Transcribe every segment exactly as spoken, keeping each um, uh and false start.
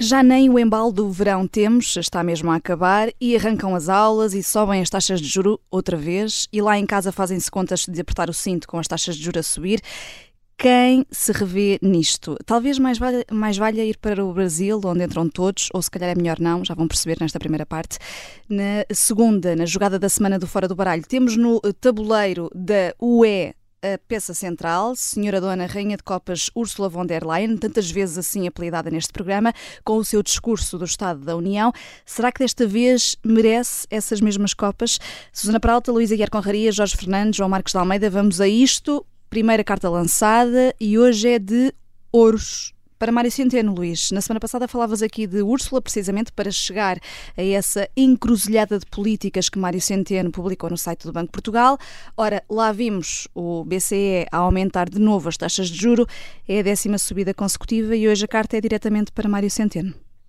que já nem o embalo do verão temos, está mesmo a acabar, e arrancam as aulas e sobem as taxas de juro outra vez, e lá em casa fazem-se contas de apertar o cinto com as taxas de juro a subir. Quem se revê nisto? Talvez mais valha, mais valha ir para o Brasil, onde entram todos, ou se calhar é melhor não, já vão perceber nesta primeira parte. Na segunda, na jogada da semana do Fora do Baralho, temos no tabuleiro da U E a peça central, Senhora Dona Rainha de Copas Ursula von der Leyen, tantas vezes assim apelidada neste programa, com o seu discurso do Estado da União. Será que desta vez merece essas mesmas copas? Susana Peralta, Luísa Guiar Conraria, Jorge Fernandes, João Marcos de Almeida, vamos a isto. Primeira carta lançada e hoje é de ouros. Para Mário Centeno, Luís, na semana passada falavas aqui de Úrsula precisamente para chegar a essa encruzilhada de políticas que Mário Centeno publicou no site do Banco de Portugal. Ora, lá vimos o B C E a aumentar de novo as taxas de juro, é a décima subida consecutiva e hoje a carta é diretamente para Mário Centeno.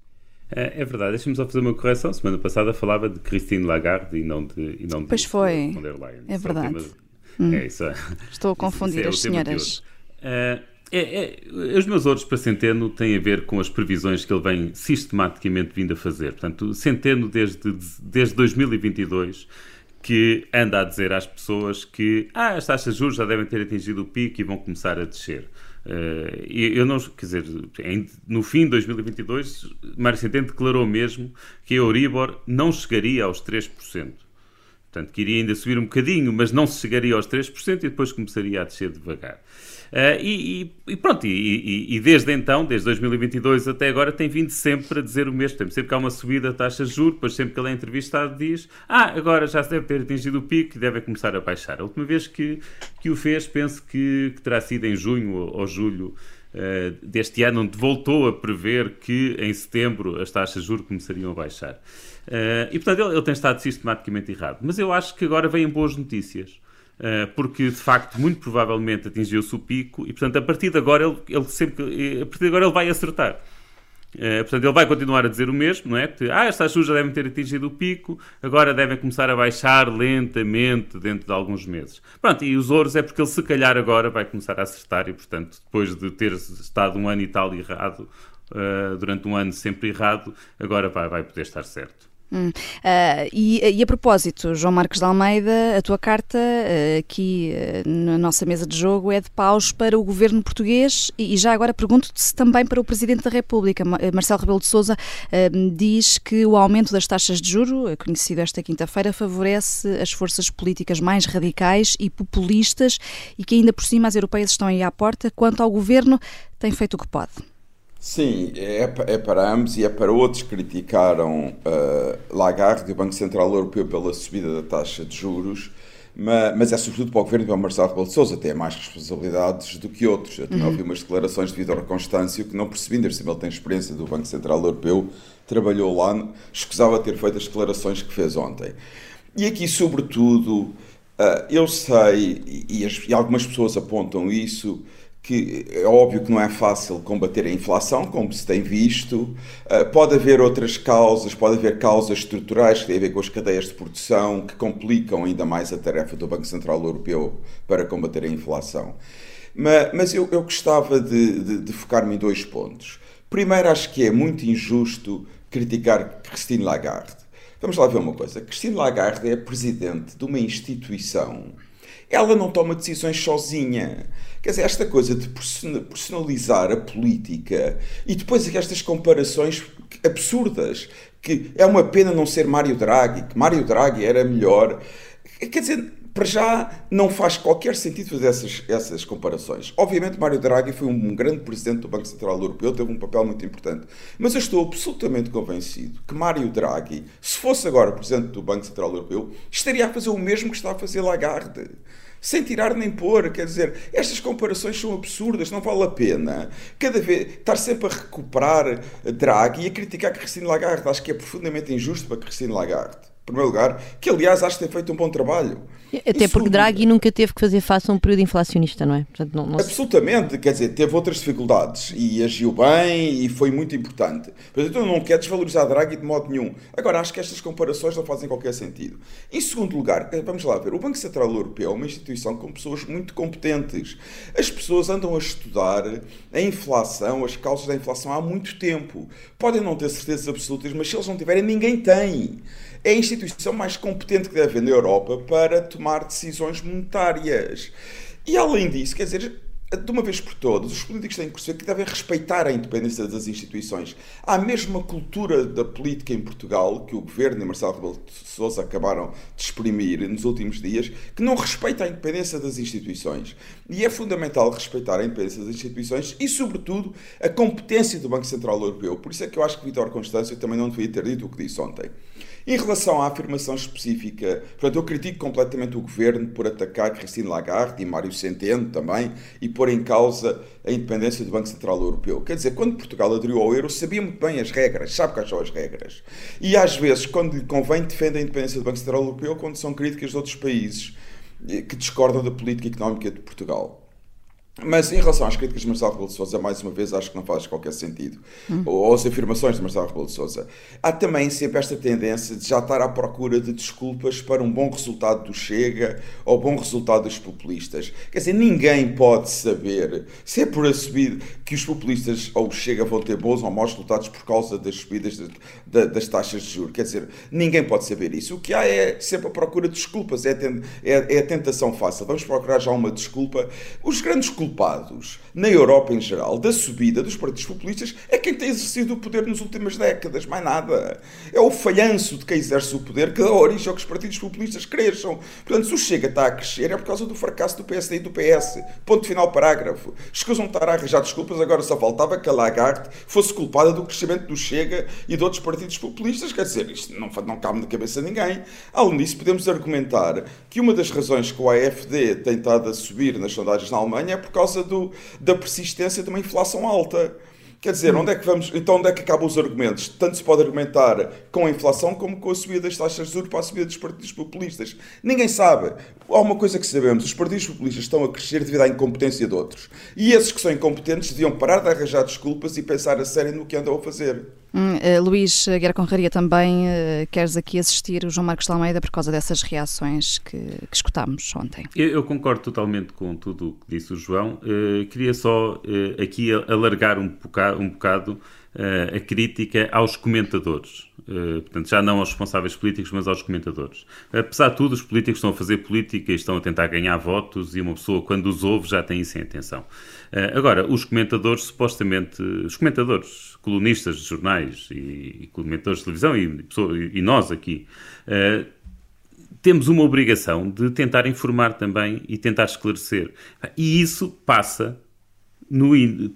É, é verdade, deixa-me só fazer uma correção. Semana passada falava de Christine Lagarde e não de, e não de pois foi, von der Leyen. é verdade. Tema... Hum. É isso. Estou a confundir isso, isso é as senhoras. Uh, é, é, os meus ouros para Centeno têm a ver com as previsões que ele vem sistematicamente vindo a fazer. Portanto, Centeno desde, desde dois mil e vinte e dois que anda a dizer às pessoas que ah, as taxas de juros já devem ter atingido o pico e vão começar a descer. Uh, eu não, quer dizer, em, no fim de dois mil e vinte e dois, Mário Centeno declarou mesmo que a Euribor não chegaria aos três por cento. Portanto, que iria ainda subir um bocadinho, mas não se chegaria aos três por cento e depois começaria a descer devagar. Uh, e, e pronto, e, e, e desde então, desde dois mil e vinte e dois até agora, tem vindo sempre a dizer o mesmo. Sempre que há uma subida da taxa de juros, depois sempre que ele é entrevistado diz ah, agora já se deve ter atingido o pico e deve começar a baixar. A última vez que, que o fez, penso que, que terá sido em junho ou, ou julho uh, deste ano, onde voltou a prever que em setembro as taxas de juros começariam a baixar. Uh, e, portanto, ele, ele tem estado sistematicamente errado. Mas eu acho que agora vêm boas notícias, uh, porque, de facto, muito provavelmente atingiu-se o pico e, portanto, a partir de agora ele, ele, sempre, a partir de agora ele vai acertar. Uh, portanto, ele vai continuar a dizer o mesmo, não é? Que, ah, estas taxas já devem ter atingido o pico, agora devem começar a baixar lentamente dentro de alguns meses. Pronto, e os ouros é porque ele, se calhar, agora vai começar a acertar e, portanto, depois de ter estado um ano e tal errado, uh, durante um ano sempre errado, agora vai, vai poder estar certo. Hum. Uh, e, e a propósito, João Marcos de Almeida, a tua carta uh, aqui uh, na nossa mesa de jogo é de paus para o governo português e, e já agora pergunto-te se também para o Presidente da República. Marcelo Rebelo de Sousa uh, diz que o aumento das taxas de juro, conhecido esta quinta-feira, favorece as forças políticas mais radicais e populistas e que ainda por cima as europeias estão aí à porta. Quanto ao governo, tem feito o que pode. Sim, é, é para ambos e é para outros que criticaram uh, Lagarde e o Banco Central Europeu pela subida da taxa de juros, mas, mas é sobretudo para o Governo e para o Marcelo Rebelo de Sousa, tem mais responsabilidades do que outros. Eu também uhum. ouvi umas declarações de Vítor Constâncio que não percebi, se ele tem experiência do Banco Central Europeu, trabalhou lá, escusava ter feito as declarações que fez ontem. E aqui, sobretudo, uh, eu sei, e, e, as, e algumas pessoas apontam isso, que é óbvio que não é fácil combater a inflação, como se tem visto. Uh, pode haver outras causas, pode haver causas estruturais que têm a ver com as cadeias de produção, que complicam ainda mais a tarefa do Banco Central Europeu para combater a inflação. Mas, mas eu, eu gostava de, de, de focar-me em dois pontos. Primeiro, acho que é muito injusto criticar Christine Lagarde. Vamos lá ver uma coisa. Christine Lagarde é presidente de uma instituição. Ela não toma decisões sozinha. Quer dizer, esta coisa de personalizar a política e depois estas comparações absurdas, que é uma pena não ser Mário Draghi, que Mário Draghi era melhor. Quer dizer, para já não faz qualquer sentido fazer essas, essas comparações. Obviamente Mário Draghi foi um grande presidente do Banco Central Europeu, teve um papel muito importante. Mas eu estou absolutamente convencido que Mário Draghi, se fosse agora presidente do Banco Central Europeu, estaria a fazer o mesmo que está a fazer Lagarde. Sem tirar nem pôr, quer dizer, estas comparações são absurdas, não vale a pena. Cada vez, estar sempre a recuperar Draghi e a criticar Christine Lagarde, acho que é profundamente injusto para Christine Lagarde. Em primeiro lugar, que aliás acho que tem feito um bom trabalho. Até porque Draghi nunca teve que fazer face a um período inflacionista, não é? Portanto, não, não Absolutamente, se... quer dizer, teve outras dificuldades e agiu bem e foi muito importante. Portanto, eu não quero desvalorizar Draghi de modo nenhum. Agora, acho que estas comparações não fazem qualquer sentido. Em segundo lugar, vamos lá ver, o Banco Central Europeu é uma instituição com pessoas muito competentes. As pessoas andam a estudar a inflação, as causas da inflação há muito tempo. Podem não ter certezas absolutas, mas se eles não tiverem, ninguém tem. É a instituição mais competente que deve haver na Europa para tomar decisões monetárias. E além disso, quer dizer, de uma vez por todas, os políticos têm que perceber que devem respeitar a independência das instituições. Há mesmo uma cultura da política em Portugal, que o Governo e Marcelo Rebelo de Sousa acabaram de exprimir nos últimos dias, que não respeita a independência das instituições. E é fundamental respeitar a independência das instituições e, sobretudo, a competência do Banco Central Europeu. Por isso é que eu acho que Vítor Constâncio também não devia ter dito o que disse ontem. Em relação à afirmação específica, portanto, eu critico completamente o Governo por atacar Christine Lagarde e Mário Centeno também e pôr em causa a independência do Banco Central Europeu. Quer dizer, quando Portugal aderiu ao euro, sabia muito bem as regras, sabe quais são as regras. E às vezes, quando lhe convém, defende a independência do Banco Central Europeu quando são críticas de outros países que discordam da política económica de Portugal. Mas em relação às críticas de Marcelo Rebelo de Sousa, mais uma vez, acho que não faz qualquer sentido. Hum. Ou às afirmações de Marcelo Rebelo de Sousa. Há também sempre esta tendência de já estar à procura de desculpas para um bom resultado do Chega ou bom resultado dos populistas. Quer dizer, ninguém pode saber se é por assumir que os populistas ou o Chega vão ter bons ou maus resultados por causa das subidas de, de, das taxas de juros. Quer dizer, ninguém pode saber isso. O que há é sempre a procura de desculpas, é a, ten, é, é a tentação fácil. Vamos procurar já uma desculpa. Os grandes culpados, na Europa em geral, da subida dos partidos populistas é quem tem exercido o poder nas últimas décadas, mais nada. É o falhanço de quem exerce o poder que dá origem a que os partidos populistas cresçam. Portanto, se o Chega está a crescer é por causa do fracasso do P S D e do P S. Ponto final, parágrafo. Escusam de estar a arranjar desculpas, agora só faltava que a Lagarde fosse culpada do crescimento do Chega e de outros partidos populistas. Quer dizer, isto não, não cabe na cabeça de ninguém. Além disso, podemos argumentar que uma das razões que o A F D tem estado a subir nas sondagens na Alemanha é por causa do, da persistência de uma inflação alta. Quer dizer, onde é que vamos, então onde é que acabam os argumentos? Tanto se pode argumentar com a inflação como com a subida das taxas de juros para a subida dos partidos populistas. Ninguém sabe. Há uma coisa que sabemos, os partidos populistas estão a crescer devido à incompetência de outros. E esses que são incompetentes deviam parar de arranjar desculpas e pensar a sério no que andam a fazer. Hum, uh, Luís Guerra Conraria, também uh, queres aqui assistir o João Marcos de Almeida por causa dessas reações que, que escutámos ontem? Eu, eu concordo totalmente com tudo o que disse o João. Uh, queria só uh, aqui alargar um bocado, um bocado uh, a crítica aos comentadores. Uh, portanto, já não aos responsáveis políticos, mas aos comentadores. Apesar de tudo, os políticos estão a fazer política e estão a tentar ganhar votos e uma pessoa, quando os ouve, já tem isso em atenção. Uh, agora, os comentadores, supostamente, os comentadores, colunistas de jornais e, e comentadores de televisão e, e nós aqui, uh, temos uma obrigação de tentar informar também e tentar esclarecer. E isso passa no...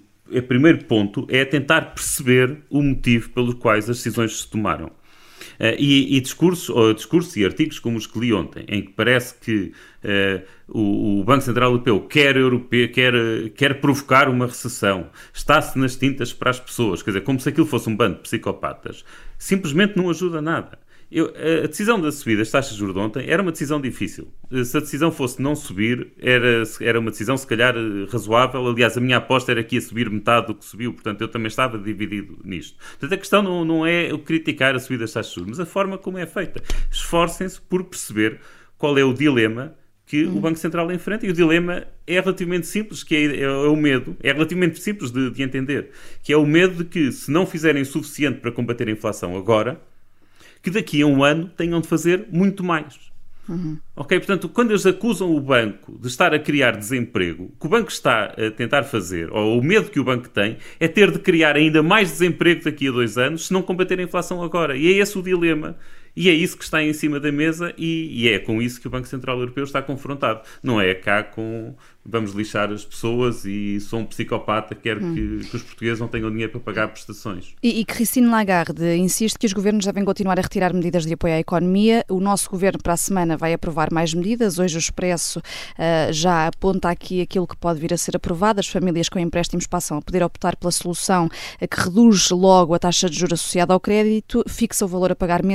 O primeiro ponto é tentar perceber o motivo pelos quais as decisões se tomaram. Uh, e, e discursos, ou discursos e artigos como os que li ontem, em que parece que uh, o, o Banco Central Europeu quer, europeu quer, quer provocar uma recessão, está-se nas tintas para as pessoas, quer dizer, como se aquilo fosse um bando de psicopatas, simplesmente não ajuda nada. Eu, a decisão da subida das taxas de juros de ontem era uma decisão difícil. Se a decisão fosse não subir, era, era uma decisão se calhar razoável. Aliás, a minha aposta era que ia subir metade do que subiu, portanto eu também estava dividido nisto. Portanto, a questão não, não é criticar a subida das taxas de juros, mas a forma como é feita. Esforcem-se por perceber qual é o dilema que hum. o Banco Central enfrenta, e o dilema é relativamente simples, que é, é, é o medo, é relativamente simples de, de entender, que é o medo de que, se não fizerem o suficiente para combater a inflação agora, que daqui a um ano tenham de fazer muito mais. Uhum. Ok? Portanto, quando eles acusam o banco de estar a criar desemprego, o que o banco está a tentar fazer, ou o medo que o banco tem, é ter de criar ainda mais desemprego daqui a dois anos se não combater a inflação agora. E é esse o dilema. E é isso que está em cima da mesa e, e é com isso que o Banco Central Europeu está confrontado. Não é cá com vamos lixar as pessoas e sou um psicopata, quero hum. que, que os portugueses não tenham dinheiro para pagar prestações. E, e Christine Lagarde insiste que os governos devem continuar a retirar medidas de apoio à economia. O nosso governo para a semana vai aprovar mais medidas. Hoje o Expresso uh, já aponta aqui aquilo que pode vir a ser aprovado. As famílias com empréstimos passam a poder optar pela solução que reduz logo a taxa de juros associada ao crédito, fixa o valor a pagar mensalmente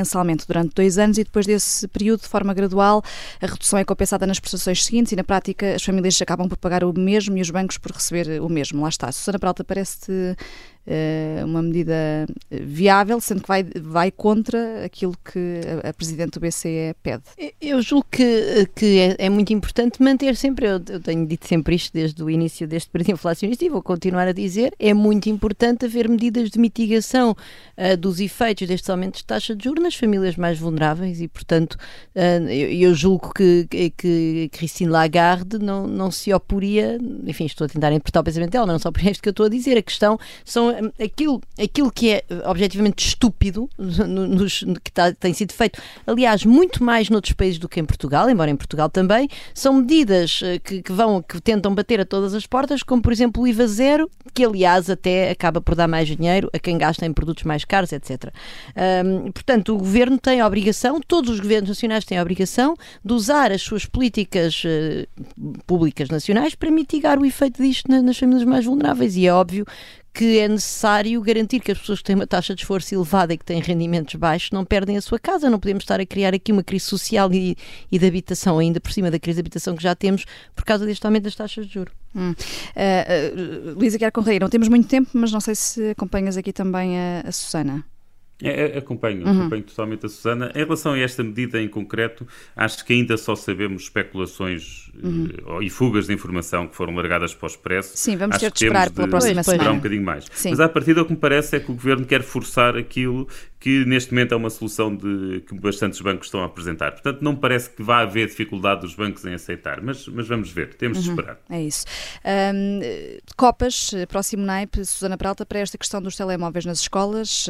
cento durante dois anos e depois desse período, de forma gradual, a redução é compensada nas prestações seguintes e, na prática, as famílias acabam por pagar o mesmo e os bancos por receber o mesmo. Lá está. Susana Peralta, parece-te uma medida viável, sendo que vai, vai contra aquilo que a Presidente do B C E pede? Eu julgo que, que é, é muito importante manter sempre, eu, eu tenho dito sempre isto desde o início deste período inflacionista e vou continuar a dizer, é muito importante haver medidas de mitigação uh, dos efeitos destes aumentos de taxa de juros nas famílias mais vulneráveis e, portanto, uh, eu, eu julgo que, que, que Christine Lagarde não, não se oporia, enfim, estou a tentar interpretar o pensamento dela, mas não só por isto que eu estou a dizer, a questão são Aquilo, aquilo que é objetivamente estúpido no, nos, que tá, tem sido feito, aliás, muito mais noutros países do que em Portugal, embora em Portugal também, são medidas que, que vão, que tentam bater a todas as portas, como por exemplo o I V A zero, que aliás até acaba por dar mais dinheiro a quem gasta em produtos mais caros, etcétera. Um, portanto, o Governo tem a obrigação, todos os governos nacionais têm a obrigação de usar as suas políticas uh, públicas nacionais para mitigar o efeito disto na, nas famílias mais vulneráveis, e é óbvio que é necessário garantir que as pessoas que têm uma taxa de esforço elevada e que têm rendimentos baixos não perdem a sua casa. Não podemos estar a criar aqui uma crise social e, e de habitação, ainda por cima da crise de habitação que já temos, por causa deste aumento das taxas de juros. Hum. Uh, uh, Luísa Guiar Conraí, não temos muito tempo, mas não sei se acompanhas aqui também a, a Susana. É, acompanho, uhum. acompanho totalmente a Susana. Em relação a esta medida em concreto, acho que ainda só sabemos especulações uhum. uh, e fugas de informação que foram largadas para o Expresso. Sim, vamos acho ter de esperar pela próxima de esperar semana. um bocadinho mais. Sim. Mas à partida o que me parece é que o Governo quer forçar aquilo que neste momento é uma solução de, que bastantes bancos estão a apresentar. Portanto, não me parece que vá haver dificuldade dos bancos em aceitar, mas, mas vamos ver, temos uhum. de esperar. É isso. Um, Copas, próximo naipe, Susana Peralta, para esta questão dos telemóveis nas escolas, uh,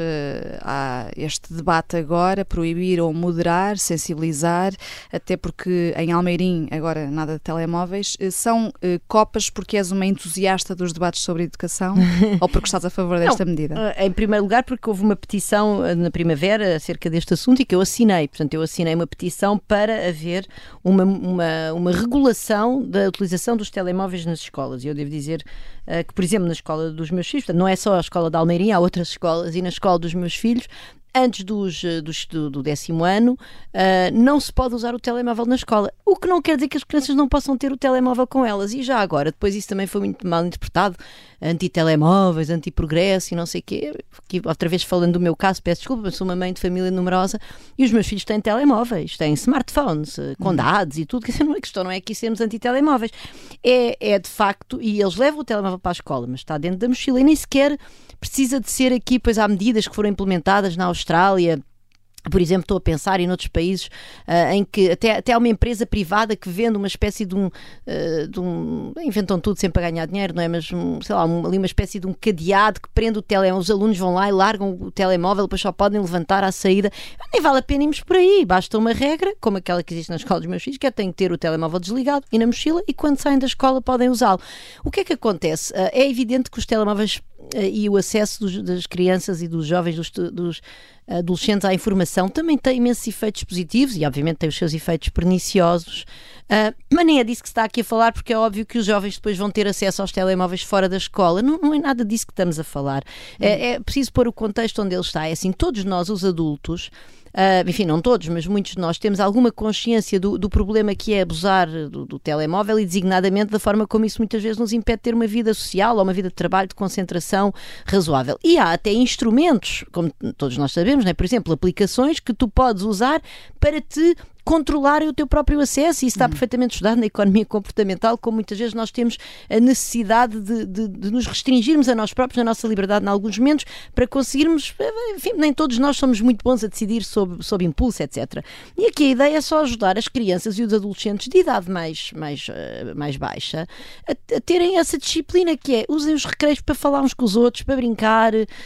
há este debate agora, proibir ou moderar, sensibilizar, até porque em Almeirim, agora nada de telemóveis, são uh, Copas porque és uma entusiasta dos debates sobre educação ou porque estás a favor desta não, medida? Em primeiro lugar porque houve uma petição na primavera acerca deste assunto e que eu assinei, portanto eu assinei uma petição para haver uma, uma, uma regulação da utilização dos telemóveis nas escolas, e eu devo dizer uh, que, por exemplo, na escola dos meus filhos, portanto, não é só a escola de Almeirim, há outras escolas, e na escola dos meus filhos, antes dos, dos, do, do décimo ano, uh, não se pode usar o telemóvel na escola. O que não quer dizer que as crianças não possam ter o telemóvel com elas. E já agora, depois isso também foi muito mal interpretado, anti-telemóveis, anti-progresso e não sei o quê. Aqui, outra vez falando do meu caso, peço desculpa, mas sou uma mãe de família numerosa e os meus filhos têm telemóveis, têm smartphones, com dados e tudo. A questão não é que sermos anti-telemóveis. É, é de facto, e eles levam o telemóvel para a escola, mas está dentro da mochila e nem sequer precisa de ser aqui, pois há medidas que foram implementadas na Austrália, por exemplo, estou a pensar em outros países uh, em que até, até há uma empresa privada que vende uma espécie de um, uh, de um inventam tudo sempre a ganhar dinheiro, não é? Mas, um, sei lá, um, ali uma espécie de um cadeado que prende o telemóvel, os alunos vão lá e largam o telemóvel, depois só podem levantar à saída. Nem vale a pena irmos por aí, basta uma regra, como aquela que existe na escola dos meus filhos, que é têm que ter o telemóvel desligado e na mochila e quando saem da escola podem usá-lo. O que é que acontece? Uh, é evidente que os telemóveis uh, e o acesso dos, das crianças e dos jovens, dos, dos adolescentes à informação também tem imensos efeitos positivos e obviamente tem os seus efeitos perniciosos, uh, mas nem é disso que se está aqui a falar, porque é óbvio que os jovens depois vão ter acesso aos telemóveis fora da escola. Não, não é nada disso que estamos a falar. É, é preciso pôr o contexto onde ele está. É assim, todos nós, os adultos, Uh, enfim, não todos, mas muitos de nós temos alguma consciência do, do problema que é abusar do, do telemóvel e designadamente da forma como isso muitas vezes nos impede de ter uma vida social ou uma vida de trabalho, de concentração razoável. E há até instrumentos, como todos nós sabemos, né? Por exemplo, aplicações que tu podes usar para te controlarem o teu próprio acesso, e isso está uhum. perfeitamente estudado na economia comportamental, como muitas vezes nós temos a necessidade de, de, de nos restringirmos a nós próprios, na nossa liberdade em alguns momentos, para conseguirmos, enfim, nem todos nós somos muito bons a decidir sob, sob impulso, etcétera. E aqui a ideia é só ajudar as crianças e os adolescentes de idade mais, mais, uh, mais baixa a, a terem essa disciplina que é, usem os recreios para falar uns com os outros, para brincar, uh,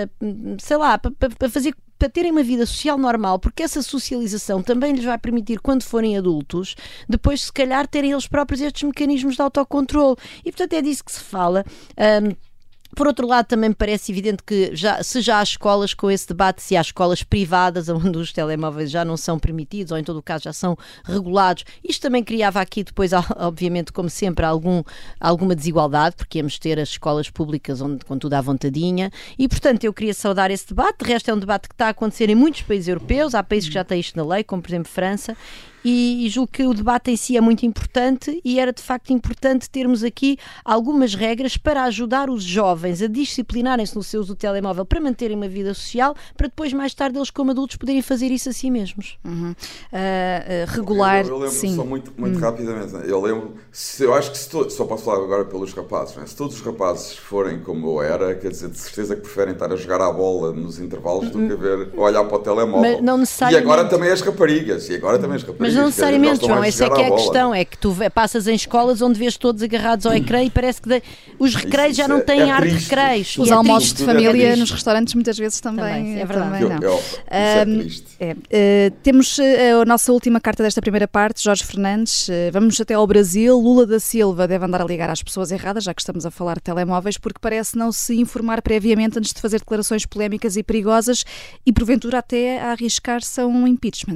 sei lá, para, para, para fazer para terem uma vida social normal, porque essa socialização também lhes vai permitir, quando forem adultos, depois se calhar terem eles próprios estes mecanismos de autocontrole. E portanto é disso que se fala. Um, Por outro lado, também me parece evidente que já, se já há escolas com esse debate, se há escolas privadas onde os telemóveis já não são permitidos ou em todo o caso já são regulados, isto também criava aqui depois, obviamente, como sempre, algum, alguma desigualdade, porque íamos ter as escolas públicas onde, com tudo à vontadinha e, portanto, eu queria saudar esse debate. De resto, é um debate que está a acontecer em muitos países europeus, há países que já têm isto na lei, como por exemplo França, e, e julgo que o debate em si é muito importante e era de facto importante termos aqui algumas regras para ajudar os jovens a disciplinarem-se no seu uso do telemóvel para manterem uma vida social, para depois mais tarde eles como adultos poderem fazer isso a si mesmos. Uhum. Uh, uh, regular, eu, eu lembro sim. só muito, muito hum. rapidamente, né? eu lembro, se, eu acho que se to, só posso falar agora pelos rapazes, né? Se todos os rapazes forem como eu era, quer dizer, de certeza que preferem estar a jogar à bola nos intervalos do que ver, olhar para o telemóvel. Mas não necessariamente. E agora também as raparigas, e agora também as raparigas. Mas não necessariamente, João, essa é que é a bola. questão, é que tu passas em escolas onde vês todos agarrados ao ecrã e parece que de... os recreios isso, já não têm é, é ar de recreios. Os é almoços triste. de família é nos restaurantes muitas vezes também, também é verdade. também não. Eu, eu, isso é triste. É, é, temos a nossa última carta desta primeira parte, Jorge Fernandes. Vamos até ao Brasil. Lula da Silva deve andar a ligar às pessoas erradas, já que estamos a falar de telemóveis, porque parece não se informar previamente antes de fazer declarações polémicas e perigosas e porventura até a arriscar-se a um impeachment.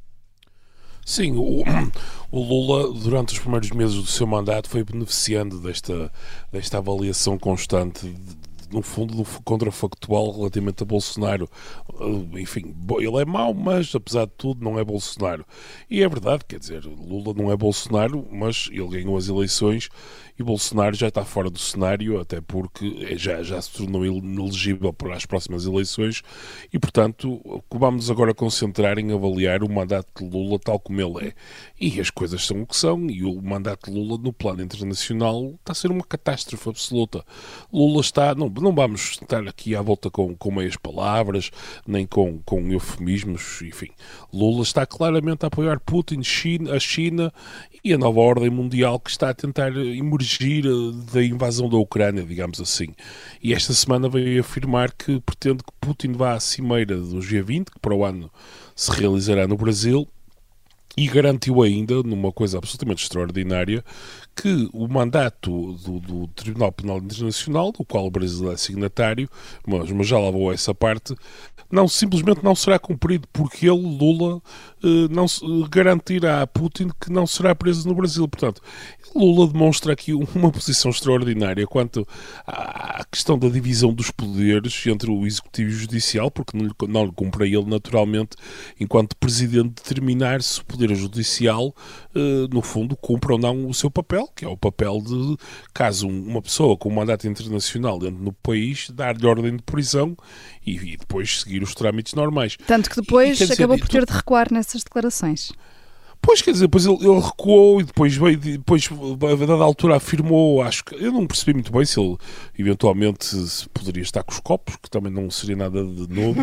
Sim, o, o Lula, durante os primeiros meses do seu mandato, foi beneficiando desta, desta avaliação constante, de, no fundo, do contrafactual relativamente a Bolsonaro. Enfim, ele é mau, mas, apesar de tudo, não é Bolsonaro. E é verdade, quer dizer, Lula não é Bolsonaro, mas ele ganhou as eleições e Bolsonaro já está fora do cenário, até porque já, já se tornou inelegível para as próximas eleições e, portanto, vamos agora concentrar em avaliar o mandato de Lula tal como ele é. E as coisas são o que são, e o mandato de Lula no plano internacional está a ser uma catástrofe absoluta. Lula está, não, não vamos estar aqui à volta com, com meias palavras, nem com, com eufemismos, enfim. Lula está claramente a apoiar Putin, China, a China e a nova ordem mundial que está a tentar emergir da invasão da Ucrânia, digamos assim. E esta semana veio afirmar que pretende que Putin vá à cimeira do G vinte, que para o ano se realizará no Brasil, e garantiu ainda, numa coisa absolutamente extraordinária, que o mandato do, do Tribunal Penal Internacional, do qual o Brasil é signatário, mas, mas já lá vou a essa parte, não, simplesmente não será cumprido, porque ele, Lula, eh, não eh, garantirá a Putin que não será preso no Brasil. Portanto, Lula demonstra aqui uma posição extraordinária quanto à questão da divisão dos poderes entre o Executivo e o Judicial, porque não lhe, não lhe cumpre a ele, naturalmente, enquanto Presidente, determinar se o Poder Judicial, eh, no fundo, cumpre ou não o seu papel, que é o papel de, caso uma pessoa com um mandato internacional dentro do país, dar-lhe ordem de prisão e, e depois seguir os trâmites normais. Tanto que depois e, acabou dizer, por ter de recuar nessas declarações. Pois, quer dizer, depois ele, ele recuou e depois veio, depois, a dada altura afirmou, acho que, eu não percebi muito bem se ele eventualmente se poderia estar com os copos, que também não seria nada de novo,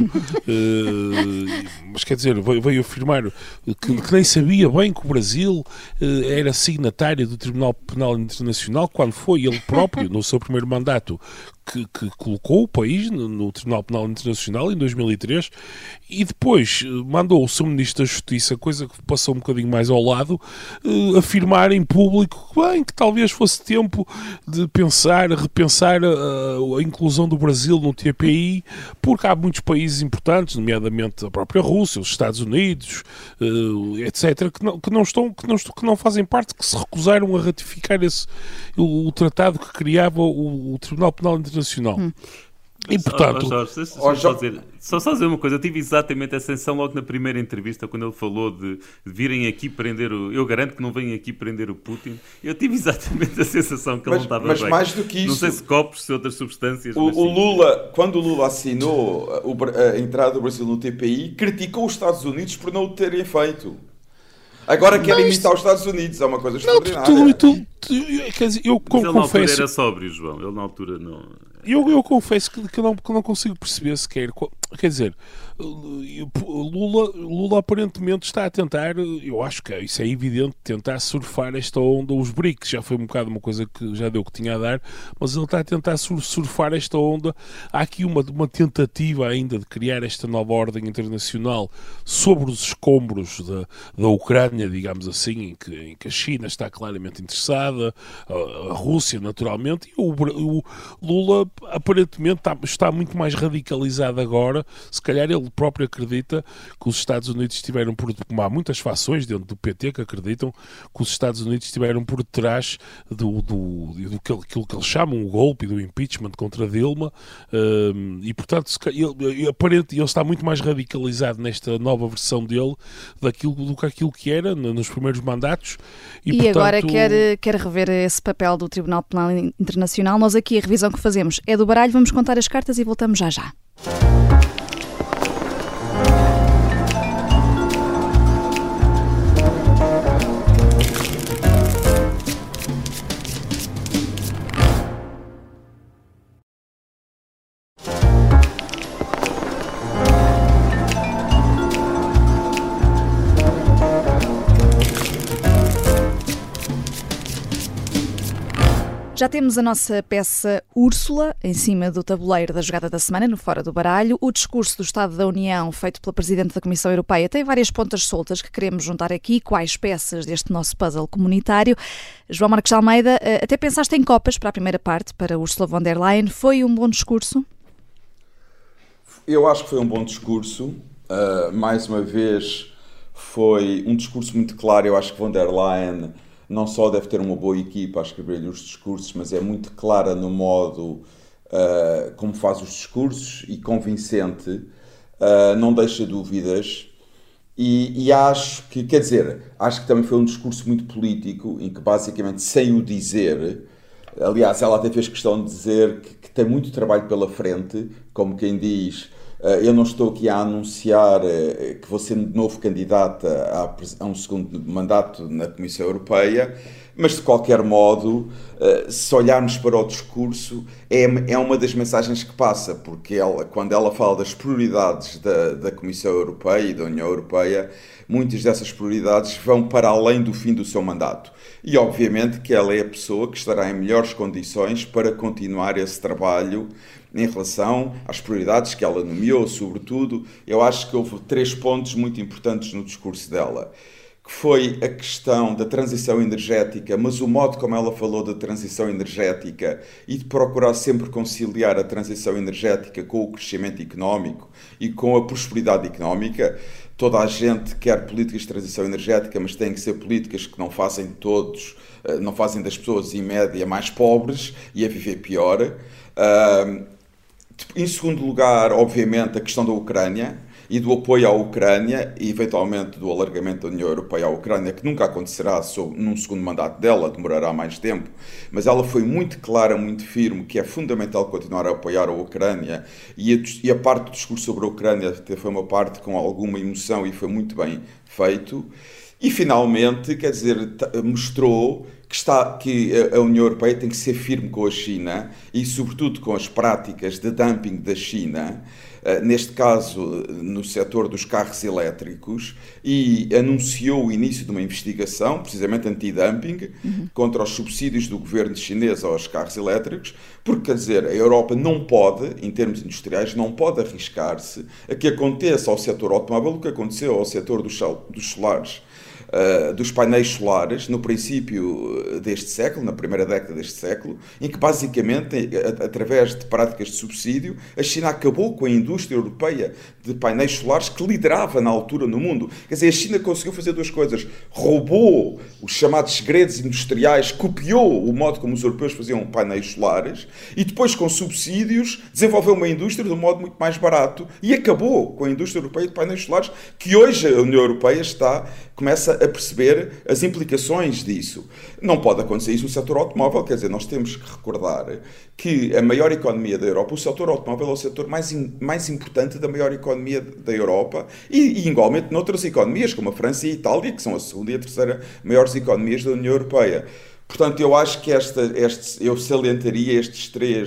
uh, mas quer dizer, veio, veio afirmar que, que nem sabia bem que o Brasil uh, era signatário do Tribunal Penal Internacional, quando foi ele próprio, no seu primeiro mandato, Que, que colocou o país no, no Tribunal Penal Internacional em dois mil e três e depois mandou o seu Ministro da Justiça, coisa que passou um bocadinho mais ao lado, eh, afirmar em público que, bem, que talvez fosse tempo de pensar, repensar a, a inclusão do Brasil no T P I, porque há muitos países importantes, nomeadamente a própria Rússia, os Estados Unidos, eh, etcétera, que não, que, não estão, que, não, que não fazem parte, que se recusaram a ratificar esse, o, o tratado que criava o, o Tribunal Penal Internacional. Hum. E portanto, oh, Jorge, deixa, deixa só, dizer, só só dizer uma coisa, eu tive exatamente essa sensação logo na primeira entrevista quando ele falou de, de virem aqui prender o, eu garanto que não vêm aqui prender o Putin, eu tive exatamente a sensação que mas, ele não estava mas bem. Mais do que isso, não sei se copos, se outras substâncias, o, mas o Lula, quando o Lula assinou a entrada do Brasil no T P I, criticou os Estados Unidos por não o terem feito. Agora querem mas... imitar os Estados Unidos, é uma coisa não, extraordinária. Tu, tu, tu, quer dizer, eu mas ele confesso... na altura era sóbrio, João, ele na altura não... Eu, eu confesso que, que, não, que não consigo perceber sequer. quer dizer, Lula, Lula aparentemente está a tentar, eu acho que isso é evidente, tentar surfar esta onda, os B R I C S, já foi um bocado uma coisa que já deu o que tinha a dar, mas ele está a tentar surfar esta onda. Há aqui uma, uma tentativa ainda de criar esta nova ordem internacional sobre os escombros da, da Ucrânia, digamos assim, em que, em que a China está claramente interessada, a, a Rússia naturalmente, e o, o Lula aparentemente está, está muito mais radicalizado agora. Se calhar ele próprio acredita que os Estados Unidos estiveram por... Como há muitas fações dentro do P T que acreditam que os Estados Unidos estiveram por detrás do, do, do que, aquilo que eles chamam o golpe do impeachment contra Dilma, um, e portanto ele, aparente, ele está muito mais radicalizado nesta nova versão dele daquilo, do que aquilo que era nos primeiros mandatos. E, e portanto... agora quer, quer rever esse papel do Tribunal Penal Internacional. Nós aqui a revisão que fazemos é do baralho, vamos contar as cartas e voltamos já já. Já temos a nossa peça Úrsula em cima do tabuleiro da jogada da semana, no Fora do Baralho. O discurso do Estado da União, feito pela Presidente da Comissão Europeia, tem várias pontas soltas que queremos juntar aqui. Quais peças deste nosso puzzle comunitário? João Marcos de Almeida, até pensaste em copas para a primeira parte, para Ursula von der Leyen. Foi um bom discurso? Eu acho que foi um bom discurso. Uh, mais uma vez, foi um discurso muito claro. Eu acho que von der Leyen não só deve ter uma boa equipa a escrever-lhe os discursos, mas é muito clara no modo uh, como faz os discursos e convincente, uh, não deixa dúvidas. E, e acho que, quer dizer, acho que também foi um discurso muito político, em que basicamente, sem o dizer, aliás, ela até fez questão de dizer que, que tem muito trabalho pela frente, como quem diz... Eu não estou aqui a anunciar que vou ser de novo candidata a um segundo mandato na Comissão Europeia, mas de qualquer modo, se olharmos para o discurso, é uma das mensagens que passa, porque ela, quando ela fala das prioridades da, da Comissão Europeia e da União Europeia, muitas dessas prioridades vão para além do fim do seu mandato. E obviamente que ela é a pessoa que estará em melhores condições para continuar esse trabalho em relação às prioridades que ela nomeou. Sobretudo, eu acho que houve três pontos muito importantes no discurso dela, que foi a questão da transição energética, mas o modo como ela falou da transição energética e de procurar sempre conciliar a transição energética com o crescimento económico e com a prosperidade económica. Toda a gente quer políticas de transição energética, mas têm que ser políticas que não fazem todos, não fazem das pessoas em média mais pobres e a viver pior. Em segundo lugar, obviamente, a questão da Ucrânia e do apoio à Ucrânia e, eventualmente, do alargamento da União Europeia à Ucrânia, que nunca acontecerá sob, num segundo mandato dela, demorará mais tempo, mas ela foi muito clara, muito firme, que é fundamental continuar a apoiar a Ucrânia, e a, e a parte do discurso sobre a Ucrânia foi uma parte com alguma emoção e foi muito bem feito. E, finalmente, quer dizer, mostrou que, está, que a União Europeia tem que ser firme com a China e, sobretudo, com as práticas de dumping da China, neste caso no setor dos carros elétricos, e anunciou o início de uma investigação, precisamente anti-dumping, uhum. contra os subsídios do governo chinês aos carros elétricos, porque, quer dizer, a Europa não pode, em termos industriais, não pode arriscar-se a que aconteça ao setor automóvel o que aconteceu ao setor dos, dos solares. Uh, dos painéis solares no princípio deste século, na primeira década deste século, em que basicamente, a, através de práticas de subsídio, a China acabou com a indústria europeia de painéis solares que liderava na altura no mundo. Quer dizer, a China conseguiu fazer duas coisas: roubou os chamados segredos industriais, copiou o modo como os europeus faziam painéis solares e depois, com subsídios, desenvolveu uma indústria de um modo muito mais barato e acabou com a indústria europeia de painéis solares, que hoje a União Europeia está, começa a perceber as implicações disso. Não pode acontecer isso no setor automóvel, quer dizer, nós temos que recordar que a maior economia da Europa, o setor automóvel é o setor mais, in, mais importante da maior economia da Europa e, e igualmente noutras economias, como a França e a Itália, que são a segunda e a terceira maiores economias da União Europeia. Portanto, eu acho que esta, este, eu salientaria estes três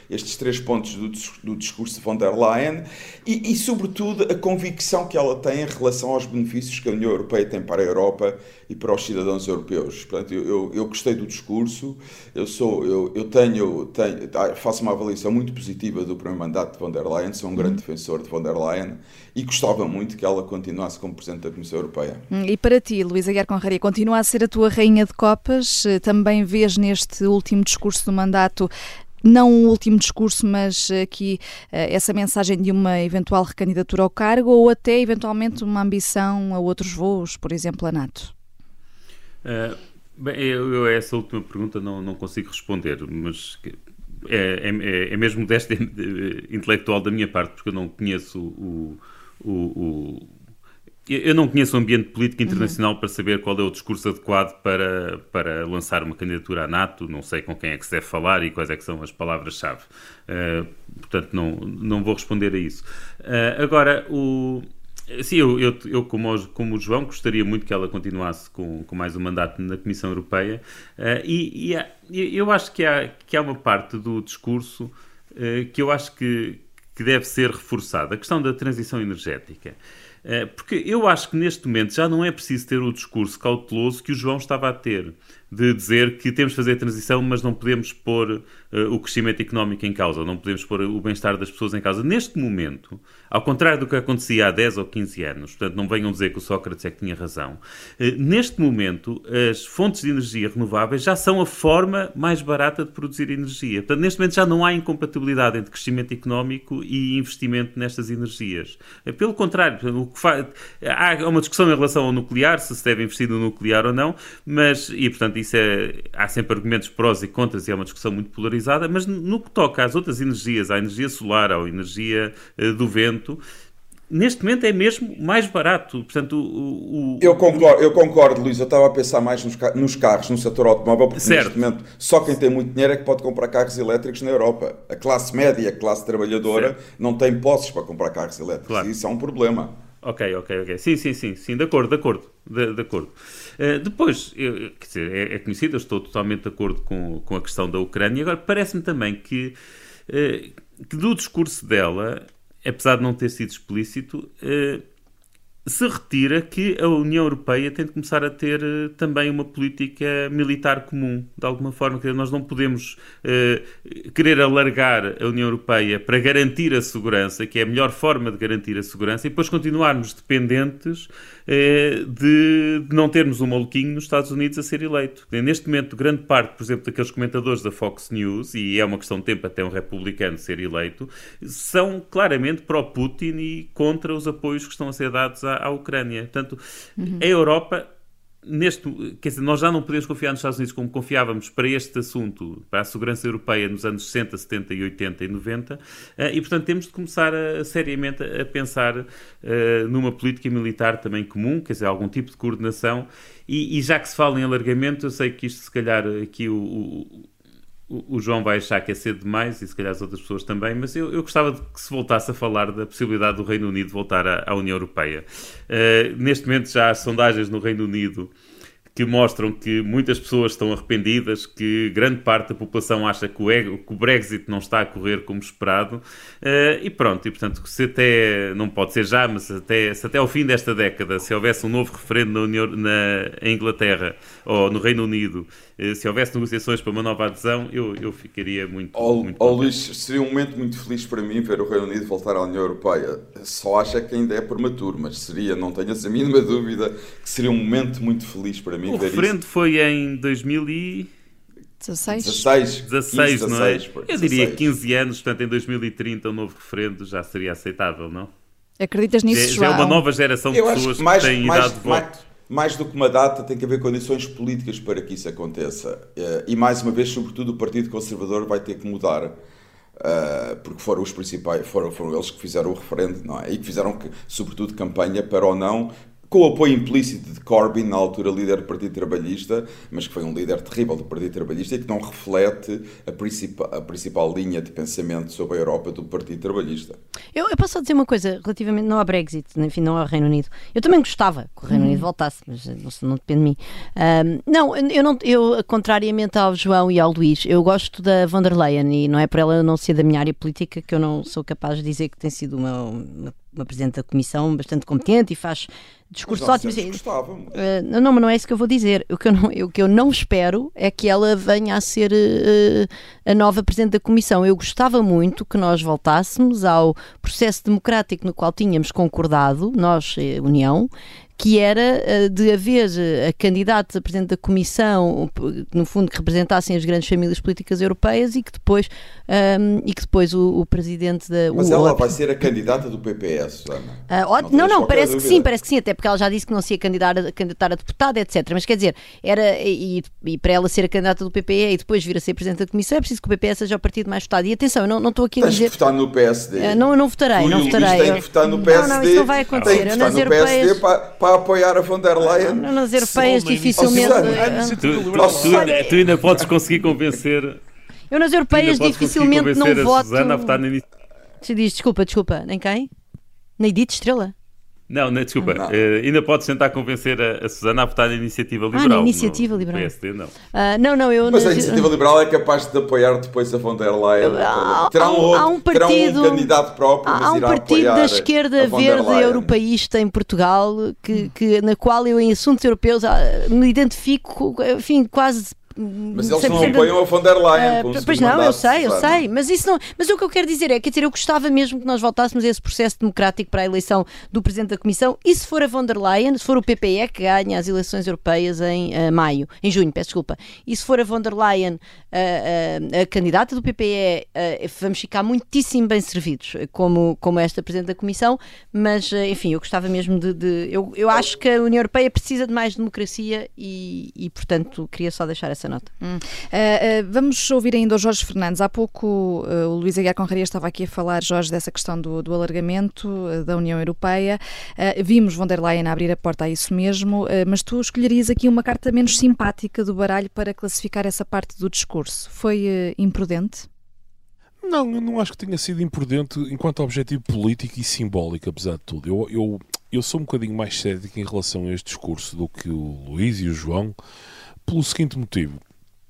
estes três pontos do, do discurso de von der Leyen e, e, sobretudo, a convicção que ela tem em relação aos benefícios que a União Europeia tem para a Europa e para os cidadãos europeus. Portanto, eu, eu, eu gostei do discurso, eu, sou, eu, eu tenho, tenho, faço uma avaliação muito positiva do primeiro mandato de von der Leyen, sou um grande defensor de von der Leyen e gostava muito que ela continuasse como Presidente da Comissão Europeia. E para ti, Luísa Aguiar Conraria, continua a ser a tua rainha de copas? Também vês neste último discurso do mandato, não um último discurso, mas aqui essa mensagem de uma eventual recandidatura ao cargo ou até eventualmente uma ambição a outros voos, por exemplo, a NATO? Uh, bem, eu, eu a essa última pergunta não, não consigo responder, mas é, é, é mesmo desta intelectual da minha parte, porque eu não conheço o... o, o Eu não conheço o ambiente político internacional uhum. para saber qual é o discurso adequado para, para lançar uma candidatura à NATO, não sei com quem é que se deve falar e quais é que são as palavras-chave. Uh, portanto, não, não vou responder a isso. Uh, agora, o, sim, eu, eu, eu como, o, como o João, gostaria muito que ela continuasse com, com mais um mandato na Comissão Europeia uh, e, e há, eu acho que há, que há uma parte do discurso uh, que eu acho que, que deve ser reforçada, a questão da transição energética. Porque eu acho que neste momento já não é preciso ter o discurso cauteloso que o João estava a ter, de dizer que temos de fazer a transição, mas não podemos pôr uh, o crescimento económico em causa, não podemos pôr o bem-estar das pessoas em causa. Neste momento, ao contrário do que acontecia há dez ou quinze anos, portanto não venham dizer que o Sócrates é que tinha razão, uh, neste momento as fontes de energia renováveis já são a forma mais barata de produzir energia. Portanto, neste momento já não há incompatibilidade entre crescimento económico e investimento nestas energias. Uh, pelo contrário, o que faz... há uma discussão em relação ao nuclear, se se deve investir no nuclear ou não, mas, e portanto, isso é, há sempre argumentos prós e contras e é uma discussão muito polarizada, mas no que toca às outras energias, à energia solar, à energia uh, do vento, neste momento é mesmo mais barato. Portanto, o, o, eu concordo, eu concordo, Luís. Eu estava a pensar mais nos, nos carros, no setor automóvel, porque certo. Neste momento só quem tem muito dinheiro é que pode comprar carros elétricos na Europa. A classe média, a classe trabalhadora, certo. Não tem posses para comprar carros elétricos. Claro. E isso é um problema. Ok, ok, ok. Sim, sim, sim, sim, de acordo, de acordo, de, de acordo. Uh, depois, eu, quer dizer, é, é conhecido, eu estou totalmente de acordo com, com a questão da Ucrânia. Agora, parece-me também que, uh, que do discurso dela, apesar de não ter sido explícito, uh, se retira que a União Europeia tem de começar a ter uh, também uma política militar comum, de alguma forma. Que nós não podemos uh, querer alargar a União Europeia para garantir a segurança, que é a melhor forma de garantir a segurança, e depois continuarmos dependentes uh, de, de não termos um maluquinho nos Estados Unidos a ser eleito. Neste momento, grande parte, por exemplo, daqueles comentadores da Fox News, e é uma questão de tempo até um republicano ser eleito, são claramente pró-Putin e contra os apoios que estão a ser dados à, à Ucrânia. Portanto, uhum. a Europa, neste, quer dizer, nós já não podemos confiar nos Estados Unidos como confiávamos para este assunto, para a segurança europeia nos anos sessenta, setenta, oitenta e noventa, e portanto temos de começar a, seriamente a pensar uh, numa política militar também comum, quer dizer, algum tipo de coordenação, e, e já que se fala em alargamento, eu sei que isto se calhar aqui o, o O João vai achar que é cedo demais e se calhar as outras pessoas também, mas eu, eu gostava de que se voltasse a falar da possibilidade do Reino Unido voltar à, à União Europeia. Uh, neste momento já há sondagens no Reino Unido que mostram que muitas pessoas estão arrependidas, que grande parte da população acha que o, que o Brexit não está a correr como esperado, uh, e pronto, e portanto, se até, não pode ser já, mas até, se até ao fim desta década, se houvesse um novo referendo na, União, na Inglaterra ou no Reino Unido, uh, se houvesse negociações para uma nova adesão, eu, eu ficaria muito... Oh, muito oh Luís, seria um momento muito feliz para mim ver o Reino Unido voltar à União Europeia. Só acho que ainda é prematuro, mas seria, não tenho a mínima dúvida, que seria um momento muito feliz para mim. O referendo foi em dois mil e dezasseis. dezasseis, dezasseis, não é? dezasseis, Eu diria quinze anos, portanto em dois mil e trinta um novo referendo já seria aceitável, não? Acreditas nisso, já, João? Já é uma nova geração de Eu pessoas que, mais, que têm mais, idade de mais, voto. Mais do que uma data, tem que haver condições políticas para que isso aconteça. E mais uma vez, sobretudo, o Partido Conservador vai ter que mudar. Uh, porque foram os principais, foram, foram eles que fizeram o referendo, não é? E que fizeram, que, sobretudo, campanha para ou não, com o apoio implícito de, Corbyn, na altura líder do Partido Trabalhista, mas que foi um líder terrível do Partido Trabalhista e que não reflete a, principal, a principal linha de pensamento sobre a Europa do Partido Trabalhista. Eu, eu posso só dizer uma coisa relativamente não ao Brexit, enfim, não ao Reino Unido. Eu também gostava que o Reino Unido voltasse, mas não, não depende de mim. Um, não, eu não, eu, contrariamente ao João e ao Luís, eu gosto da von der Leyen e não é por ela não ser da minha área política que eu não sou capaz de dizer que tem sido uma, uma, uma Presidente da Comissão bastante competente e faz discursos ótimos. Uh, não, não, mas não é isso que eu vou dizer. O que eu não, o que eu não espero é que ela venha a ser uh, a nova Presidente da Comissão. Eu gostava muito que nós voltássemos ao processo democrático no qual tínhamos concordado, nós, União, que era de haver a candidatos a Presidente da Comissão, no fundo, que representassem as grandes famílias políticas europeias e que depois, um, e que depois o, o Presidente da... Mas o, ela o, vai ser a candidata do P P S, Susana. Uh, ó, não, não, não parece dúvida. que sim, parece que sim, até porque ela já disse que não se ia candidatar a, candidatar a deputada, etcétera. Mas quer dizer, era, e, e para ela ser a candidata do P P E e depois vir a ser Presidente da Comissão, é preciso que o P P S seja o partido mais votado. E atenção, eu não, não estou aqui a Tens dizer... Tens de votar no P S D. Uh, não, não votarei, tu não votarei. Tem que votar no P S D. Não, não, isso não vai acontecer. Tem que votar no europeias... P S D para, para apoiar a von der Leyen. Não, nas europeias dificilmente... Tu, tu, tu, tu ainda podes conseguir convencer... Eu nas europeias dificilmente não voto... Susana a votar na iniciativa. Diz, desculpa, desculpa, nem quem? Na Edith Estrela? Não, não desculpa, não. Uh, ainda podes tentar convencer a, a Susana a votar na Iniciativa Liberal. Ah, na Iniciativa no, Liberal. no P S D, não. Uh, não, não, eu... Mas na... a Iniciativa Liberal é capaz de apoiar depois a von der Leyen. Há, terá, um outro, há um partido, terá um candidato próprio, mas há um irá partido apoiar da esquerda verde europeísta em Portugal, que, que, na qual eu, em assuntos europeus, me identifico, enfim, quase... Mas eles não apoiam a von der Leyen. Uh, pois não, eu sei, eu sei. Mas, isso não, mas o que eu quero dizer é, quer dizer, eu gostava mesmo que nós voltássemos a esse processo democrático para a eleição do Presidente da Comissão e se for a von der Leyen, se for o P P E que ganha as eleições europeias em uh, maio, em junho, peço desculpa, e se for a von der Leyen uh, uh, a candidata do P P E, uh, vamos ficar muitíssimo bem servidos como, como esta Presidente da Comissão, mas uh, enfim, eu gostava mesmo de... de eu, eu acho que a União Europeia precisa de mais democracia e, e portanto, queria só deixar essa nota. Hum. Uh, uh, vamos ouvir ainda o Jorge Fernandes. Há pouco uh, o Luís Aguiar Conraria estava aqui a falar, Jorge, dessa questão do, do alargamento uh, da União Europeia. Uh, vimos von der Leyen abrir a porta a isso mesmo, uh, mas tu escolherias aqui uma carta menos simpática do baralho para classificar essa parte do discurso. Foi uh, imprudente? Não, eu não acho que tenha sido imprudente enquanto objetivo político e simbólico, apesar de tudo. Eu, eu, eu sou um bocadinho mais cético em relação a este discurso do que o Luís e o João, pelo seguinte motivo.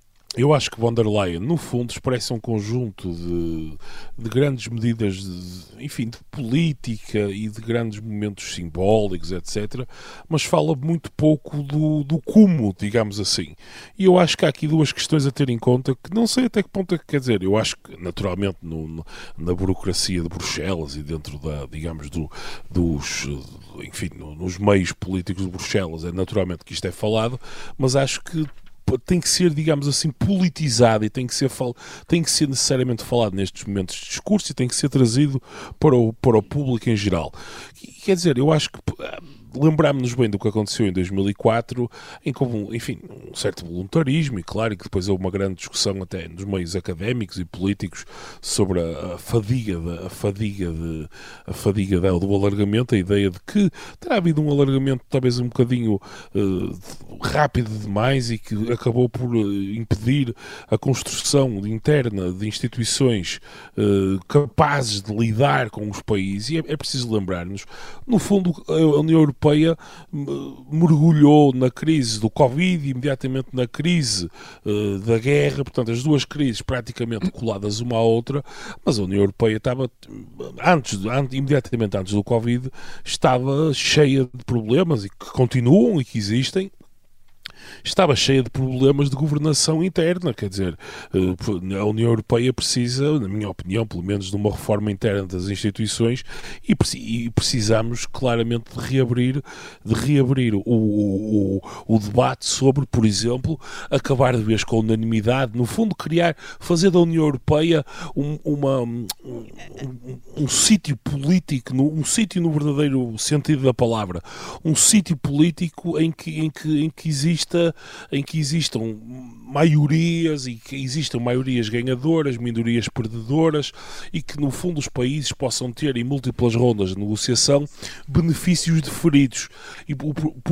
Eu acho que von der Leyen, no fundo, expressa um conjunto de, de grandes medidas, de, enfim, de política e de grandes momentos simbólicos, etcétera, mas fala muito pouco do, do como, digamos assim. E eu acho que há aqui duas questões a ter em conta, que não sei até que ponto é que quer dizer. Eu acho que, naturalmente, no, no, na burocracia de Bruxelas e dentro da, digamos, do, dos, enfim, no, nos meios políticos de Bruxelas, é naturalmente que isto é falado, mas acho que tem que ser, digamos assim, politizado e tem que ser, fal... tem que ser necessariamente falado nestes momentos de discurso e tem que ser trazido para o, para o público em geral. E, quer dizer, eu acho que lembrámos-nos bem do que aconteceu em dois mil e quatro, em que houve, enfim, um certo voluntarismo, e claro que depois houve uma grande discussão até nos meios académicos e políticos sobre a, a fadiga, de, a fadiga, de, a fadiga de, do alargamento, a ideia de que terá havido um alargamento talvez um bocadinho uh, rápido demais e que acabou por uh, impedir a construção interna de instituições uh, capazes de lidar com os países. E é, é preciso lembrar-nos, no fundo, a União Europeia Europeia mergulhou na crise do Covid e imediatamente na crise uh, da guerra, portanto as duas crises praticamente coladas uma à outra, mas a União Europeia estava, antes, antes, imediatamente antes do Covid, estava cheia de problemas e que continuam e que existem. Estava cheia de problemas de governação interna, quer dizer, a União Europeia precisa, na minha opinião, pelo menos de uma reforma interna das instituições e precisamos claramente de reabrir, de reabrir o, o, o debate sobre, por exemplo, acabar de vez com a unanimidade, no fundo criar, fazer da União Europeia um, uma, um, um, um sítio político, um sítio no verdadeiro sentido da palavra, um sítio político em que, em que, em que exista em que existam maiorias e que existam maiorias ganhadoras, minorias perdedoras e que no fundo os países possam ter em múltiplas rondas de negociação benefícios deferidos e porque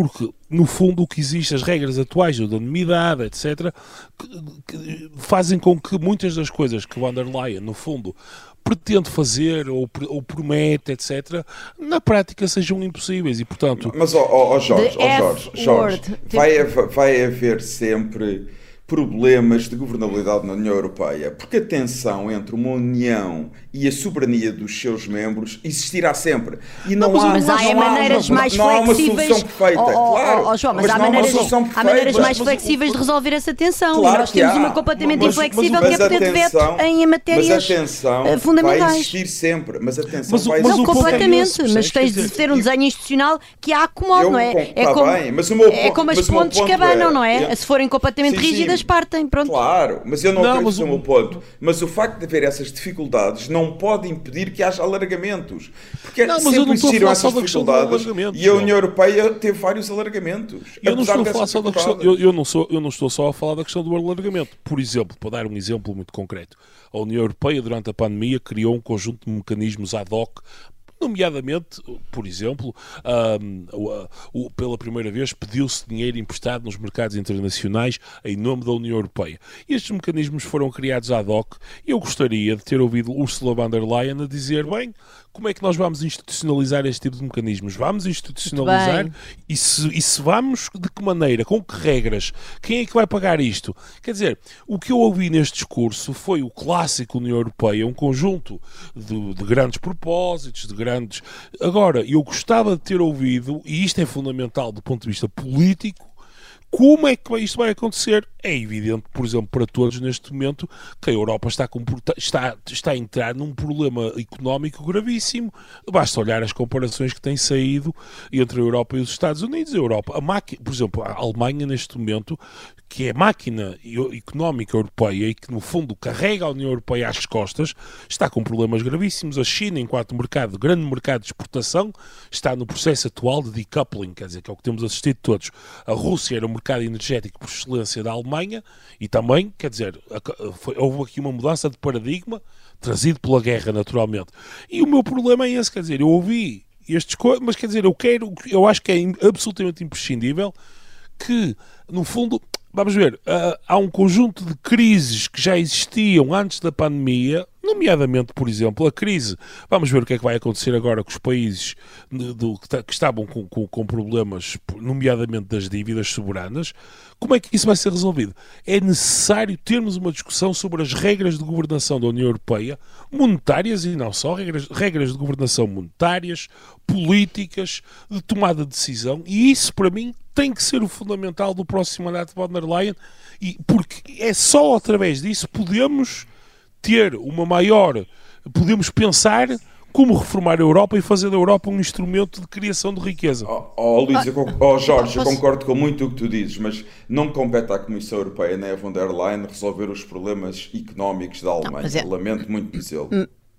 no fundo, o que existe, as regras atuais da unanimidade, etcétera, que, que fazem com que muitas das coisas que von der Leyen, no fundo, pretende fazer ou, ou promete, etcétera, na prática sejam impossíveis e, portanto... Mas, ó oh, oh, Jorge, oh, Jorge, Jorge vai, vai haver sempre problemas de governabilidade na União Europeia, porque a tensão entre uma União e a soberania dos seus membros existirá sempre. E não, não há, mas há, não maneiras há, mais não, não flexíveis. Há uma solução perfeita, oh, oh, claro. Oh, João, mas, mas há, não maneiras, há, uma solução há maneiras mas, mais mas, flexíveis mas, de resolver essa tensão. Claro e nós temos há, uma completamente mas, inflexível mas, que é poder de veto em matérias mas a tensão fundamentais. Vai existir sempre, mas a tensão mas, vai mas existir não, completamente, sempre. mas tens de ter um desenho institucional que a acomode, não é? É tá como, bem, mas o meu, é como as pontes que abanam, não é? Se forem completamente sim, rígidas, sim. partem, pronto. Claro, mas eu não, não acredito no meu ponto. Mas o facto de haver essas dificuldades não pode impedir que haja alargamentos. Porque não, mas sempre eu não estou existiram a essas dificuldades e a União Europeia teve vários alargamentos. Eu não, estou a falar só da questão, eu, eu, não sou, eu não estou só a falar da questão do alargamento. Por exemplo, para dar um exemplo muito concreto, a União Europeia, durante a pandemia, criou um conjunto de mecanismos ad hoc, nomeadamente, por exemplo, um, o, o, pela primeira vez pediu-se dinheiro emprestado nos mercados internacionais em nome da União Europeia. E estes mecanismos foram criados ad hoc e eu gostaria de ter ouvido Ursula von der Leyen a dizer, bem, como é que nós vamos institucionalizar este tipo de mecanismos? Vamos institucionalizar e se, e se vamos, de que maneira? Com que regras? Quem é que vai pagar isto? Quer dizer, o que eu ouvi neste discurso foi o clássico União Europeia, um conjunto de, de grandes propósitos, de grandes... Agora, eu gostava de ter ouvido, e isto é fundamental do ponto de vista político, como é que isto vai acontecer? É evidente, por exemplo, para todos neste momento, que a Europa está, está, está a entrar num problema económico gravíssimo. Basta olhar as comparações que têm saído entre a Europa e os Estados Unidos. A Europa, a máquina, por exemplo, a Alemanha neste momento, que é a máquina económica europeia e que no fundo carrega a União Europeia às costas, está com problemas gravíssimos. A China, enquanto mercado, grande mercado de exportação, está no processo atual de decoupling, quer dizer, que é o que temos assistido todos. A Rússia era o mercado energético por excelência da Alemanha e também, quer dizer, foi, houve aqui uma mudança de paradigma trazido pela guerra, naturalmente. E o meu problema é esse, quer dizer, eu ouvi estes coisas, mas quer dizer, eu quero, eu acho que é absolutamente imprescindível que, no fundo, vamos ver, uh, há um conjunto de crises que já existiam antes da pandemia, nomeadamente, por exemplo, a crise, vamos ver o que é que vai acontecer agora com os países do, que, que estavam com, com, com problemas, nomeadamente das dívidas soberanas, como é que isso vai ser resolvido? É necessário termos uma discussão sobre as regras de governação da União Europeia, monetárias e não só, regras, regras de governação monetárias, políticas, de tomada de decisão, e isso, para mim, tem que ser o fundamental do próximo mandato de von der Leyen, e porque é só através disso podemos ter uma maior, podemos pensar como reformar a Europa e fazer da Europa um instrumento de criação de riqueza. Oh, oh, Luís, eu, oh Jorge, eu concordo com muito o que tu dizes, mas não compete à Comissão Europeia nem à von der Leyen resolver os problemas económicos da Alemanha. Não, é... Lamento muito dizê-lo.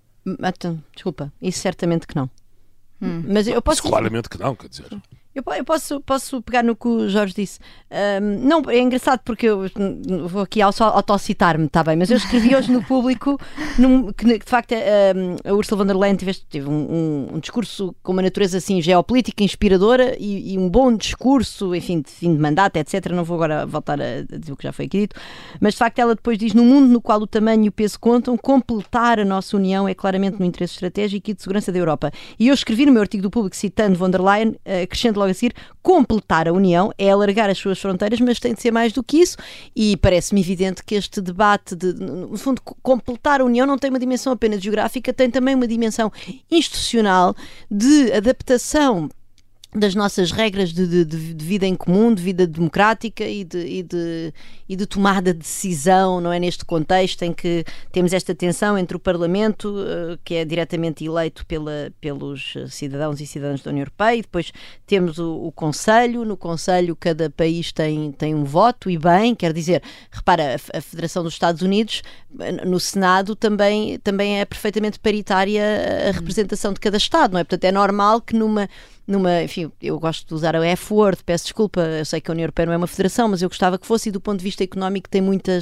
Então, desculpa, isso certamente que não. Hum. Mas eu posso... Mas claramente que não, quer dizer... Eu, eu posso, posso pegar no que o Jorge disse. Um, não, é engraçado porque eu vou aqui autocitar-me, está bem, mas eu escrevi hoje no Público num, que de facto um, a Ursula von der Leyen teve, teve um, um, um discurso com uma natureza assim geopolítica inspiradora e, e um bom discurso, enfim, de fim de mandato, etcétera. Não vou agora voltar a, a dizer o que já foi aqui dito, mas de facto ela depois diz: no mundo no qual o tamanho e o peso contam, completar a nossa União é claramente no interesse estratégico e de segurança da Europa. E eu escrevi no meu artigo do Público, citando von der Leyen, acrescento logo a seguir: completar a União é alargar as suas fronteiras, mas tem de ser mais do que isso, e parece-me evidente que este debate de, no fundo, completar a União não tem uma dimensão apenas geográfica, tem também uma dimensão institucional de adaptação das nossas regras de, de, de vida em comum, de vida democrática e de, e, de, e de tomada de decisão, não é? Neste contexto em que temos esta tensão entre o Parlamento, uh, que é diretamente eleito pela, pelos cidadãos e cidadãs da União Europeia, e depois temos o, o Conselho. No Conselho cada país tem, tem um voto, e bem, quer dizer, repara, a, a Federação dos Estados Unidos, no Senado também, também é perfeitamente paritária a representação de cada Estado, não é? Portanto, é normal que numa numa, enfim, eu gosto de usar o F-word, peço desculpa, eu sei que a União Europeia não é uma federação, mas eu gostava que fosse, e do ponto de vista económico tem muitas,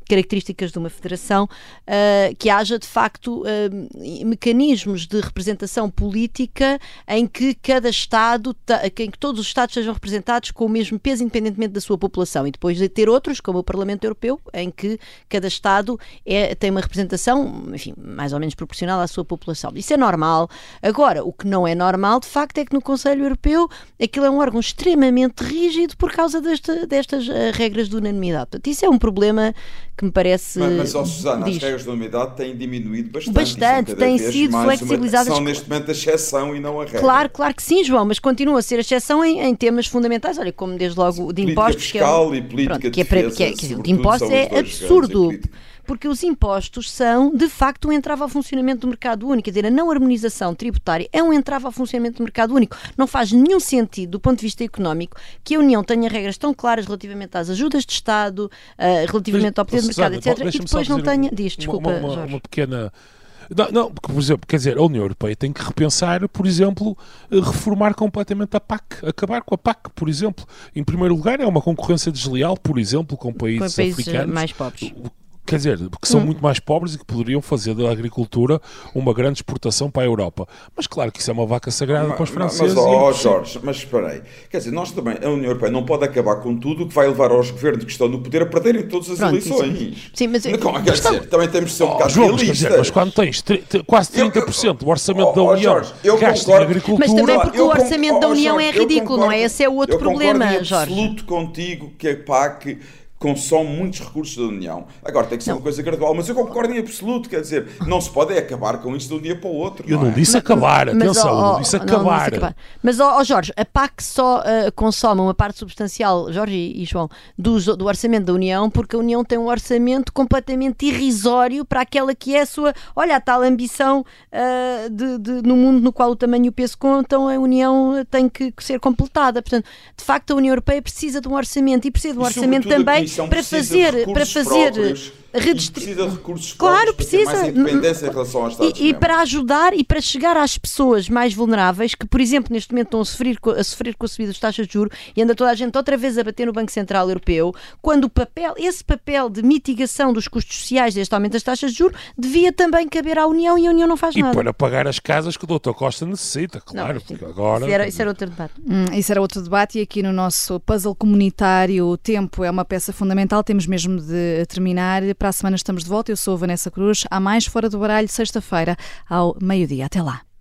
características de uma federação, uh, que haja de facto uh, mecanismos de representação política em que cada Estado, em que todos os Estados sejam representados com o mesmo peso independentemente da sua população, e depois de ter outros, como o Parlamento Europeu, em que cada Estado é, tem uma representação, enfim, mais ou menos proporcional à sua população. Isso é normal. Agora, o que não é normal, de facto, é que no Conselho Europeu aquilo é um órgão extremamente rígido por causa desta, destas uh, regras de unanimidade. Portanto, isso é um problema que me parece... Mas, mas ó, Susana, diz, as regras de unanimidade têm diminuído bastante. Bastante, têm sido flexibilizadas. Uma, são neste momento a exceção e não a regra. Claro, claro que sim, João, mas continua a ser a exceção em, em temas fundamentais, olha, como desde logo de impostos... Política fiscal que é, e política pronto, de defesa, que é, que é, que é, de impostos é absurdo. Porque os impostos são, de facto, um entrave ao funcionamento do mercado único. Quer dizer, a não harmonização tributária é um entrave ao funcionamento do mercado único. Não faz nenhum sentido, do ponto de vista económico, que a União tenha regras tão claras relativamente às ajudas de Estado, uh, relativamente ao poder de mercado, etcétera, e depois não tenha... Diz, desculpa, uma, uma, Jorge. Uma pequena... Não, não, por exemplo, quer dizer, a União Europeia tem que repensar, por exemplo, reformar completamente a P A C, acabar com a P A C, por exemplo. Em primeiro lugar, é uma concorrência desleal, por exemplo, com países, com países africanos. mais pobres. Quer dizer, que são hum. muito mais pobres e que poderiam fazer da agricultura uma grande exportação para a Europa. Mas claro que isso é uma vaca sagrada mas, para os franceses. Mas, ó, oh, Jorge, mas espera aí. Quer dizer, nós também, a União Europeia não pode acabar com tudo o que vai levar aos governos que estão no poder a perderem todas as Pronto, eleições. Isso. Sim, mas... Não, quer dizer, está... também temos de ser um oh, bocado João, realistas. Quer dizer, mas quando tens tri- quase trinta por cento do orçamento oh, da União oh, gasto em agricultura... Mas também porque eu o orçamento concordo, da União oh, Jorge, é ridículo, concordo, não é? Esse é o outro eu problema, Jorge. Eu Jorge. absoluto contigo que a P A C consome muitos recursos da União. Agora tem que ser não. uma coisa gradual, mas eu concordo em absoluto, quer dizer, não se pode é acabar com isto de um dia para o outro. Eu não, não é? disse acabar, mas, atenção, oh, eu não disse acabar. Não, não disse acabar. Mas, ó oh, oh Jorge, a P A C só uh, consome uma parte substancial, Jorge e, e João, do, do orçamento da União, porque a União tem um orçamento completamente irrisório para aquela que é a sua, olha, a tal ambição uh, de, de, no mundo no qual o tamanho e o peso contam, a União tem que, que ser completada. Portanto, de facto, a União Europeia precisa de um orçamento e precisa de um e orçamento também para fazer para fazer redistribuir recursos claro, próprios, precisa. Para ter mais independência em relação aos Estados e, e para ajudar e para chegar às pessoas mais vulneráveis que, por exemplo, neste momento estão a sofrer, a sofrer com a subida das taxas de juros e anda toda a gente outra vez a bater no Banco Central Europeu, quando o papel, esse papel de mitigação dos custos sociais deste aumento das taxas de juros devia também caber à União e a União não faz e nada. E para pagar as casas que o doutor Costa necessita, claro. Não, porque agora... isso, era, isso era outro debate. Hum, isso era outro debate e aqui no nosso puzzle comunitário o tempo é uma peça fundamental, temos mesmo de terminar. Para a semana estamos de volta. Eu sou a Vanessa Cruz. Há mais Fora do Baralho, sexta-feira, ao meio-dia. Até lá.